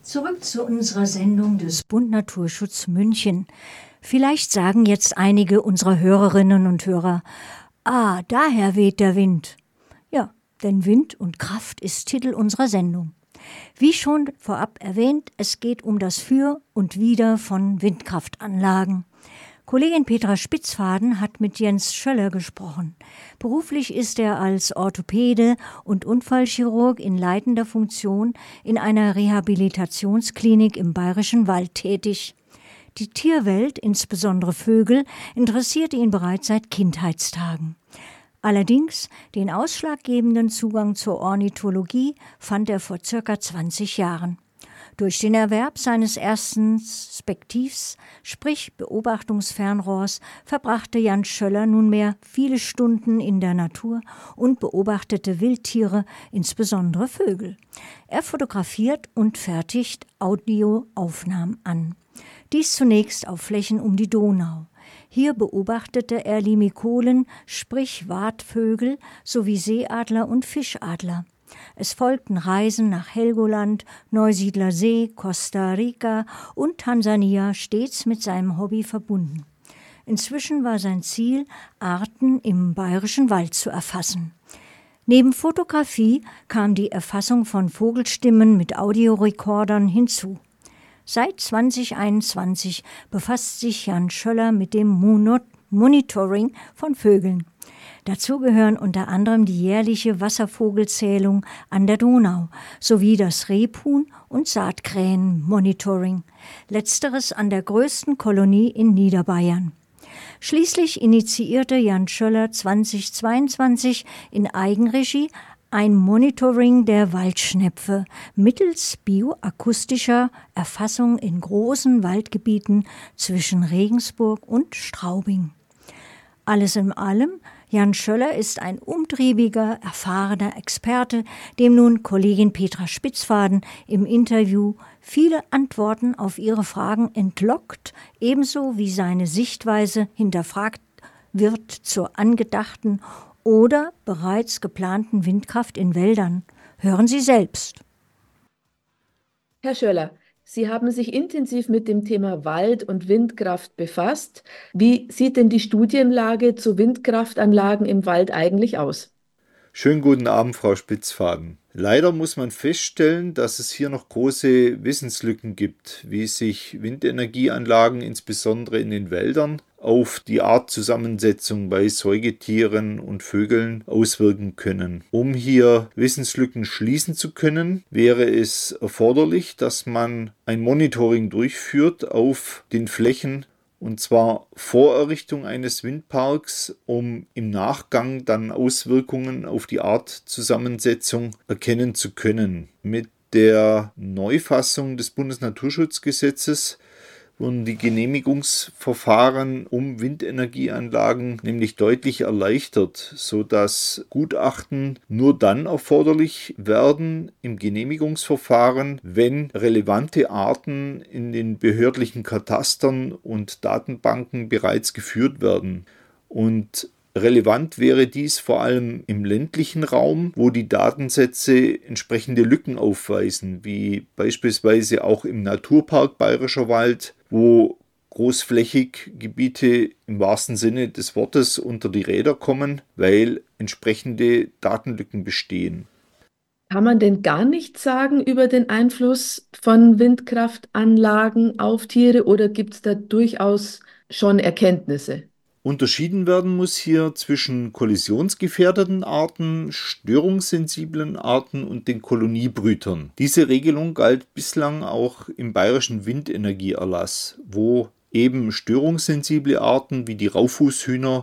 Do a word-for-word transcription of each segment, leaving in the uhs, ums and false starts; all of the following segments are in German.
Zurück zu unserer Sendung des Bund Naturschutz München. Vielleicht sagen jetzt einige unserer Hörerinnen und Hörer, ah, daher weht der Wind. Ja, denn Wind und Kraft ist Titel unserer Sendung. Wie schon vorab erwähnt, es geht um das Für und Wider von Windkraftanlagen. Kollegin Petra Spitzfaden hat mit Jens Schöller gesprochen. Beruflich ist er als Orthopäde und Unfallchirurg in leitender Funktion in einer Rehabilitationsklinik im Bayerischen Wald tätig. Die Tierwelt, insbesondere Vögel, interessierte ihn bereits seit Kindheitstagen. Allerdings den ausschlaggebenden Zugang zur Ornithologie fand er vor circa zwanzig Jahren. Durch den Erwerb seines ersten Spektivs, sprich Beobachtungsfernrohrs, verbrachte Jan Schöller nunmehr viele Stunden in der Natur und beobachtete Wildtiere, insbesondere Vögel. Er fotografiert und fertigt Audioaufnahmen an. Dies zunächst auf Flächen um die Donau. Hier beobachtete er Limikolen, sprich Watvögel, sowie Seeadler und Fischadler. Es folgten Reisen nach Helgoland, Neusiedler See, Costa Rica und Tansania, stets mit seinem Hobby verbunden. Inzwischen war sein Ziel, Arten im Bayerischen Wald zu erfassen. Neben Fotografie kam die Erfassung von Vogelstimmen mit Audiorekordern hinzu. Seit zwanzig einundzwanzig befasst sich Jan Schöller mit dem Monitoring von Vögeln. Dazu gehören unter anderem die jährliche Wasservogelzählung an der Donau sowie das Rebhuhn- und Saatkrähen-Monitoring, letzteres an der größten Kolonie in Niederbayern. Schließlich initiierte Jan Schöller zweitausendzweiundzwanzig in Eigenregie ein Monitoring der Waldschnepfe mittels bioakustischer Erfassung in großen Waldgebieten zwischen Regensburg und Straubing. Alles in allem, Jan Schöller ist ein umtriebiger, erfahrener Experte, dem nun Kollegin Petra Spitzfaden im Interview viele Antworten auf ihre Fragen entlockt, ebenso wie seine Sichtweise hinterfragt wird zur angedachten oder bereits geplanten Windkraft in Wäldern. Hören Sie selbst. Herr Schöller, Sie haben sich intensiv mit dem Thema Wald- und Windkraft befasst. Wie sieht denn die Studienlage zu Windkraftanlagen im Wald eigentlich aus? Schönen guten Abend, Frau Spitzfaden. Leider muss man feststellen, dass es hier noch große Wissenslücken gibt, wie sich Windenergieanlagen insbesondere in den Wäldern auf die Artzusammensetzung bei Säugetieren und Vögeln auswirken können. Um hier Wissenslücken schließen zu können, wäre es erforderlich, dass man ein Monitoring durchführt auf den Flächen, und zwar vor Errichtung eines Windparks, um im Nachgang dann Auswirkungen auf die Artzusammensetzung erkennen zu können. Mit der Neufassung des Bundesnaturschutzgesetzes wurden die Genehmigungsverfahren um Windenergieanlagen nämlich deutlich erleichtert, sodass Gutachten nur dann erforderlich werden im Genehmigungsverfahren, wenn relevante Arten in den behördlichen Katastern und Datenbanken bereits geführt werden. Und relevant wäre dies vor allem im ländlichen Raum, wo die Datensätze entsprechende Lücken aufweisen, wie beispielsweise auch im Naturpark Bayerischer Wald, wo großflächig Gebiete im wahrsten Sinne des Wortes unter die Räder kommen, weil entsprechende Datenlücken bestehen. Kann man denn gar nichts sagen über den Einfluss von Windkraftanlagen auf Tiere oder gibt es da durchaus schon Erkenntnisse? Unterschieden werden muss hier zwischen kollisionsgefährdeten Arten, störungssensiblen Arten und den Koloniebrütern. Diese Regelung galt bislang auch im bayerischen Windenergieerlass, wo eben störungssensible Arten wie die Raufußhühner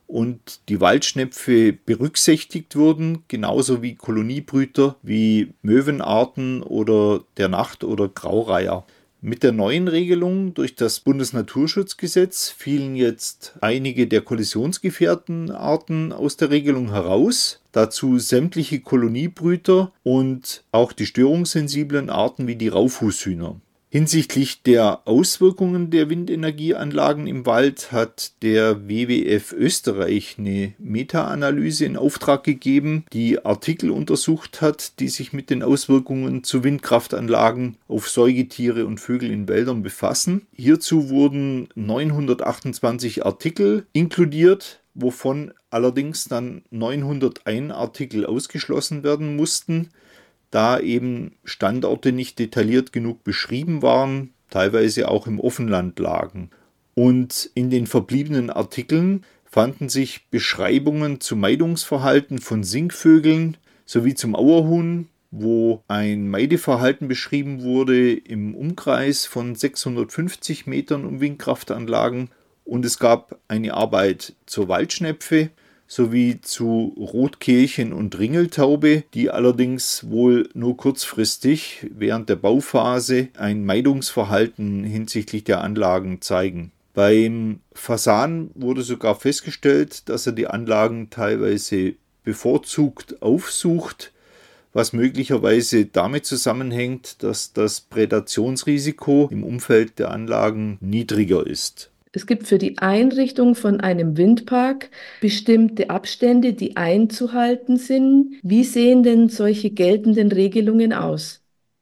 und die Waldschnepfe berücksichtigt wurden, genauso wie Koloniebrüter wie Möwenarten oder der Nacht- oder Graureiher. Mit der neuen Regelung durch das Bundesnaturschutzgesetz fielen jetzt einige der kollisionsgefährdeten Arten aus der Regelung heraus, dazu sämtliche Koloniebrüter und auch die störungssensiblen Arten wie die Raufußhühner. Hinsichtlich der Auswirkungen der Windenergieanlagen im Wald hat der W W F Österreich eine Meta-Analyse in Auftrag gegeben, die Artikel untersucht hat, die sich mit den Auswirkungen zu Windkraftanlagen auf Säugetiere und Vögel in Wäldern befassen. Hierzu wurden neunhundertachtundzwanzig Artikel inkludiert, wovon allerdings dann neunhunderteins Artikel ausgeschlossen werden mussten, da eben Standorte nicht detailliert genug beschrieben waren, teilweise auch im Offenland lagen. Und in den verbliebenen Artikeln fanden sich Beschreibungen zum Meidungsverhalten von Singvögeln sowie zum Auerhuhn, wo ein Meideverhalten beschrieben wurde im Umkreis von sechshundertfünfzig Metern um Windkraftanlagen. Und es gab eine Arbeit zur Waldschnepfe sowie zu Rotkehlchen und Ringeltaube, die allerdings wohl nur kurzfristig während der Bauphase ein Meidungsverhalten hinsichtlich der Anlagen zeigen. Beim Fasan wurde sogar festgestellt, dass er die Anlagen teilweise bevorzugt aufsucht, was möglicherweise damit zusammenhängt, dass das Prädationsrisiko im Umfeld der Anlagen niedriger ist. Es gibt für die Einrichtung von einem Windpark bestimmte Abstände, die einzuhalten sind. Wie sehen denn solche geltenden Regelungen aus?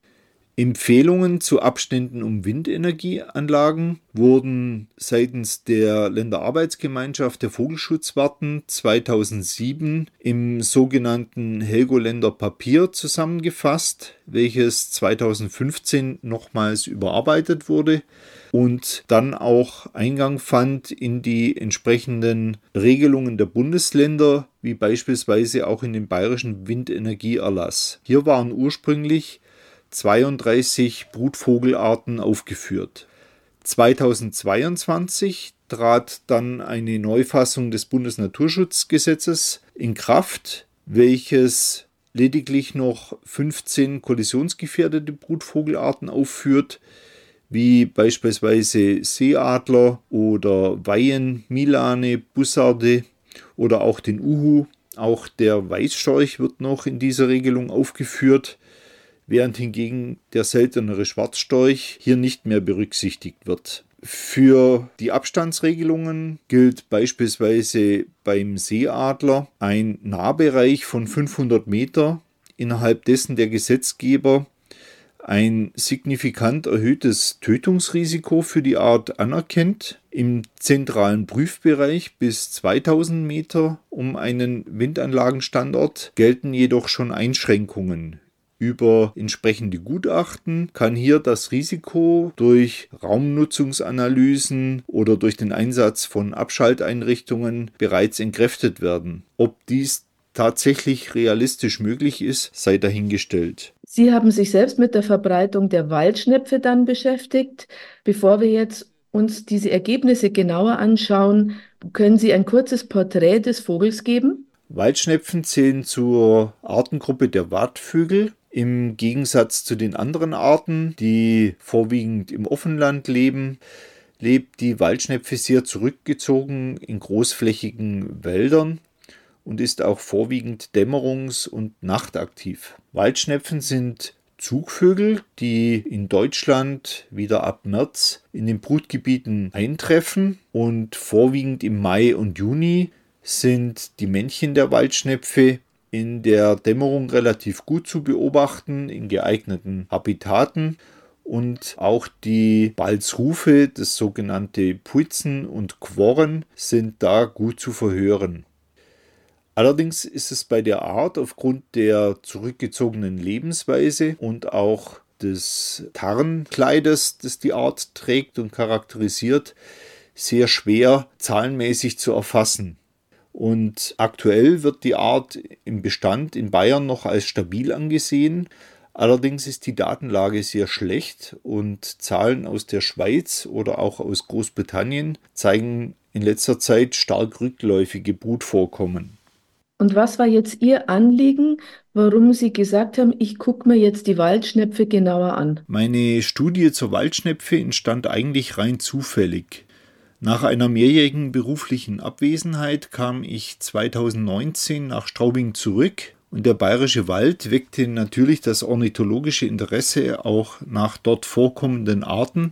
Empfehlungen zu Abständen um Windenergieanlagen wurden seitens der Länderarbeitsgemeinschaft der Vogelschutzwarten zweitausendsieben im sogenannten Helgoländer Papier zusammengefasst, welches zweitausendfünfzehn nochmals überarbeitet wurde und dann auch Eingang fand in die entsprechenden Regelungen der Bundesländer, wie beispielsweise auch in den bayerischen Windenergieerlass. Hier waren ursprünglich zweiunddreißig Brutvogelarten aufgeführt. zweitausendzweiundzwanzig trat dann eine Neufassung des Bundesnaturschutzgesetzes in Kraft, welches lediglich noch fünfzehn kollisionsgefährdete Brutvogelarten aufführt, wie beispielsweise Seeadler oder Weihen, Milane, Bussarde oder auch den Uhu. Auch der Weißstorch wird noch in dieser Regelung aufgeführt, während hingegen der seltenere Schwarzstorch hier nicht mehr berücksichtigt wird. Für die Abstandsregelungen gilt beispielsweise beim Seeadler ein Nahbereich von fünfhundert Meter, innerhalb dessen der Gesetzgeber ein signifikant erhöhtes Tötungsrisiko für die Art anerkennt. Im zentralen Prüfbereich bis zweitausend Meter um einen Windanlagenstandort gelten jedoch schon Einschränkungen. Über entsprechende Gutachten kann hier das Risiko durch Raumnutzungsanalysen oder durch den Einsatz von Abschalteinrichtungen bereits entkräftet werden. Ob dies tatsächlich realistisch möglich ist, sei dahingestellt. Sie haben sich selbst mit der Verbreitung der Waldschnepfe dann beschäftigt. Bevor wir jetzt uns diese Ergebnisse genauer anschauen, können Sie ein kurzes Porträt des Vogels geben? Waldschnepfen zählen zur Artengruppe der Watvögel. Im Gegensatz zu den anderen Arten, die vorwiegend im Offenland leben, lebt die Waldschnepfe sehr zurückgezogen in großflächigen Wäldern und ist auch vorwiegend dämmerungs- und nachtaktiv. Waldschnepfen sind Zugvögel, die in Deutschland wieder ab März in den Brutgebieten eintreffen, und vorwiegend im Mai und Juni sind die Männchen der Waldschnepfe in der Dämmerung relativ gut zu beobachten, in geeigneten Habitaten, und auch die Balzrufe, das sogenannte Puizen und Quorren, sind da gut zu verhören. Allerdings ist es bei der Art aufgrund der zurückgezogenen Lebensweise und auch des Tarnkleides, das die Art trägt und charakterisiert, sehr schwer zahlenmäßig zu erfassen. Und aktuell wird die Art im Bestand in Bayern noch als stabil angesehen. Allerdings ist die Datenlage sehr schlecht und Zahlen aus der Schweiz oder auch aus Großbritannien zeigen in letzter Zeit stark rückläufige Brutvorkommen. Und was war jetzt Ihr Anliegen, warum Sie gesagt haben, ich gucke mir jetzt die Waldschnepfe genauer an? Meine Studie zur Waldschnepfe entstand eigentlich rein zufällig. Nach einer mehrjährigen beruflichen Abwesenheit kam ich zweitausendneunzehn nach Straubing zurück Und der bayerische Wald weckte natürlich das ornithologische Interesse auch nach dort vorkommenden Arten.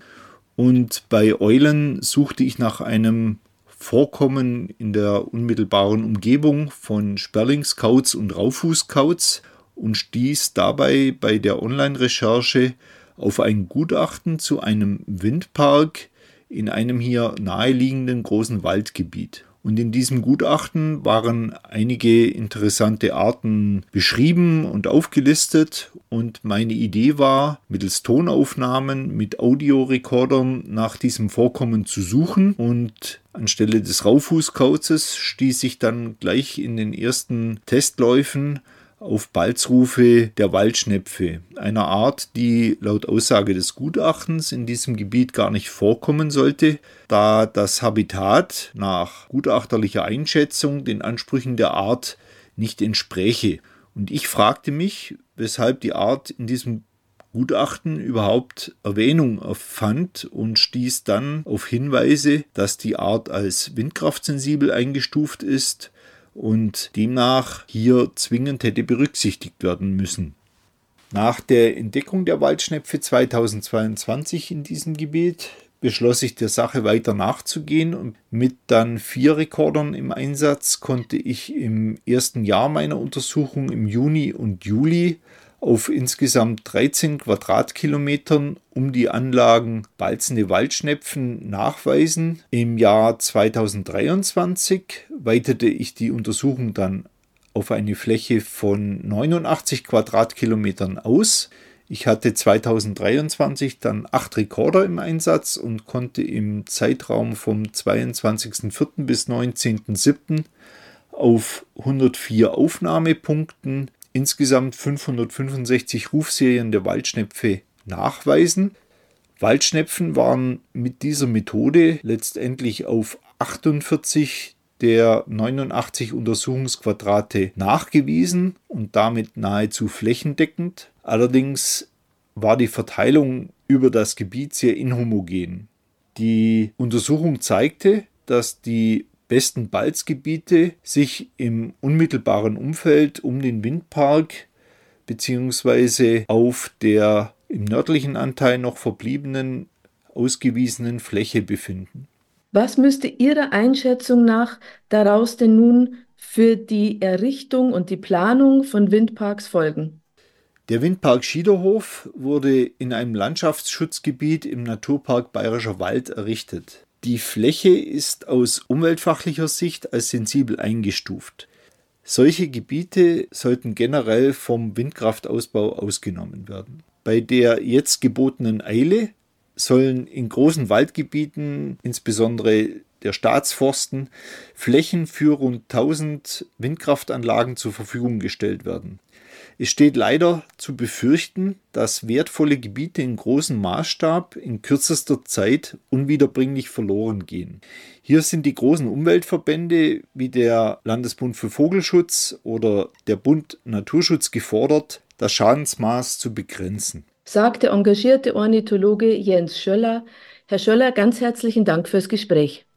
Und bei Eulen suchte ich nach einem Vorkommen in der unmittelbaren Umgebung von Sperlingskauz und Raufußkauz und stieß dabei bei der Online-Recherche auf ein Gutachten zu einem Windpark in einem hier naheliegenden großen Waldgebiet. Und in diesem Gutachten waren einige interessante Arten beschrieben und aufgelistet. Und meine Idee war, mittels Tonaufnahmen mit Audiorekordern nach diesem Vorkommen zu suchen. Und anstelle des Raufußkauzes stieß ich dann gleich in den ersten Testläufen auf Balzrufe der Waldschnepfe, einer Art, die laut Aussage des Gutachtens in diesem Gebiet gar nicht vorkommen sollte, da das Habitat nach gutachterlicher Einschätzung den Ansprüchen der Art nicht entspräche. Und ich fragte mich, weshalb die Art in diesem Gutachten überhaupt Erwähnung fand und stieß dann auf Hinweise, dass die Art als windkraftsensibel eingestuft ist und demnach hier zwingend hätte berücksichtigt werden müssen. Nach der Entdeckung der Waldschnepfe zweitausendzweiundzwanzig in diesem Gebiet beschloss ich, der Sache weiter nachzugehen, und mit dann vier Rekordern im Einsatz konnte ich im ersten Jahr meiner Untersuchung im Juni und Juli auf insgesamt dreizehn Quadratkilometern um die Anlagen balzende Waldschnepfen nachweisen. Im Jahr zweitausenddreiundzwanzig weitete ich die Untersuchung dann auf eine Fläche von neunundachtzig Quadratkilometern aus. Ich hatte zweitausenddreiundzwanzig dann acht Rekorder im Einsatz und konnte im Zeitraum vom zweiundzwanzigsten vierten bis neunzehnten siebten auf hundertvier Aufnahmepunkten insgesamt fünfhundertfünfundsechzig Rufserien der Waldschnepfe nachweisen. Waldschnepfen waren mit dieser Methode letztendlich auf achtundvierzig der neunundachtzig Untersuchungsquadrate nachgewiesen und damit nahezu flächendeckend. Allerdings war die Verteilung über das Gebiet sehr inhomogen. Die Untersuchung zeigte, dass die besten Balzgebiete sich im unmittelbaren Umfeld um den Windpark bzw. auf der im nördlichen Anteil noch verbliebenen ausgewiesenen Fläche befinden. Was müsste Ihrer Einschätzung nach daraus denn nun für die Errichtung und die Planung von Windparks folgen? Der Windpark Schiederhof wurde in einem Landschaftsschutzgebiet im Naturpark Bayerischer Wald errichtet. Die Fläche ist aus umweltfachlicher Sicht als sensibel eingestuft. Solche Gebiete sollten generell vom Windkraftausbau ausgenommen werden. Bei der jetzt gebotenen Eile sollen in großen Waldgebieten, insbesondere der Staatsforsten, Flächen für rund tausend Windkraftanlagen zur Verfügung gestellt werden. Es steht leider zu befürchten, dass wertvolle Gebiete in großem Maßstab in kürzester Zeit unwiederbringlich verloren gehen. Hier sind die großen Umweltverbände wie der Landesbund für Vogelschutz oder der Bund Naturschutz gefordert, das Schadensmaß zu begrenzen, sagt der engagierte Ornithologe Jens Schöller. Herr Schöller, ganz herzlichen Dank fürs Gespräch.